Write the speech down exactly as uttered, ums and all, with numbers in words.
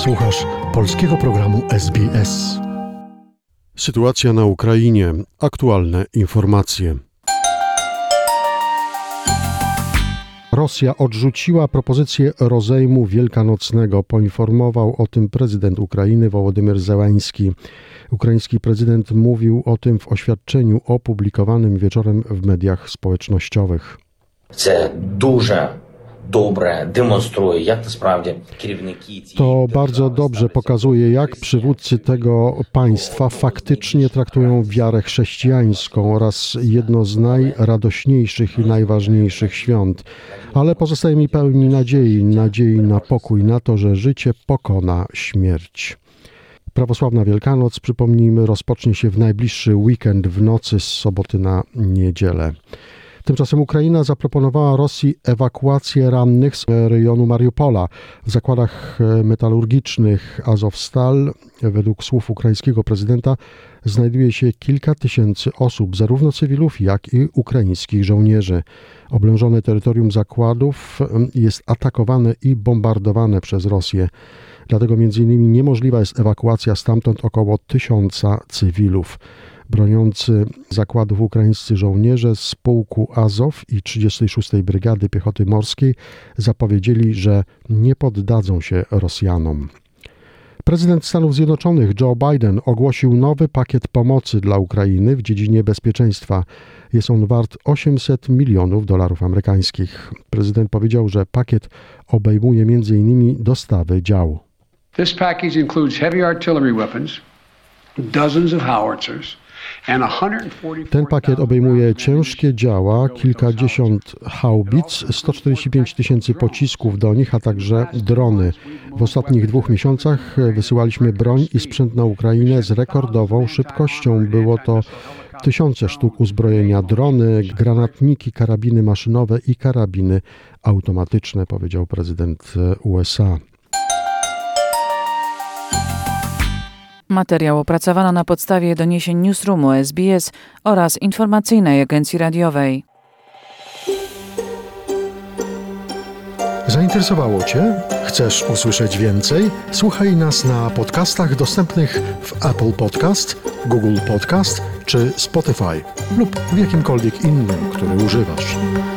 Słuchasz polskiego programu S B S. Sytuacja na Ukrainie. Aktualne informacje. Rosja odrzuciła propozycję rozejmu wielkanocnego. Poinformował o tym prezydent Ukrainy Wołodymyr Zełański. Ukraiński prezydent mówił o tym w oświadczeniu opublikowanym wieczorem w mediach społecznościowych. Це дуже добре демонструє, як насправді керівники To bardzo dobrze pokazuje, jak przywódcy tego państwa faktycznie traktują wiarę chrześcijańską oraz jedno z najradośniejszych i najważniejszych świąt. Ale pozostaje mi pełni nadziei, nadziei na pokój, na to, że życie pokona śmierć. Prawosławna Wielkanoc, przypomnijmy, rozpocznie się w najbliższy weekend w nocy z soboty na niedzielę. Tymczasem Ukraina zaproponowała Rosji ewakuację rannych z rejonu Mariupola. W zakładach metalurgicznych Azovstal, według słów ukraińskiego prezydenta, znajduje się kilka tysięcy osób, zarówno cywilów, jak i ukraińskich żołnierzy. Oblężone terytorium zakładów jest atakowane i bombardowane przez Rosję. Dlatego między innymi niemożliwa jest ewakuacja stamtąd około tysiąca cywilów. Broniący zakładów ukraińscy żołnierze z pułku Azow i trzydziestej szóstej Brygady Piechoty Morskiej zapowiedzieli, że nie poddadzą się Rosjanom. Prezydent Stanów Zjednoczonych Joe Biden ogłosił nowy pakiet pomocy dla Ukrainy w dziedzinie bezpieczeństwa. Jest on wart osiemset milionów dolarów amerykańskich. Prezydent powiedział, że pakiet obejmuje między innymi dostawy dział. This package includes heavy artillery weapons, dozens of howitzers. Ten pakiet obejmuje ciężkie działa, kilkadziesiąt haubic, sto czterdzieści pięć tysięcy pocisków do nich, a także drony. W ostatnich dwóch miesiącach wysyłaliśmy broń i sprzęt na Ukrainę z rekordową szybkością. Było to tysiące sztuk uzbrojenia, drony, granatniki, karabiny maszynowe i karabiny automatyczne, powiedział prezydent U S A. Materiał opracowano na podstawie doniesień Newsroomu S B S oraz informacyjnej agencji radiowej. Zainteresowało Cię? Chcesz usłyszeć więcej? Słuchaj nas na podcastach dostępnych w Apple Podcast, Google Podcast czy Spotify lub w jakimkolwiek innym, który używasz.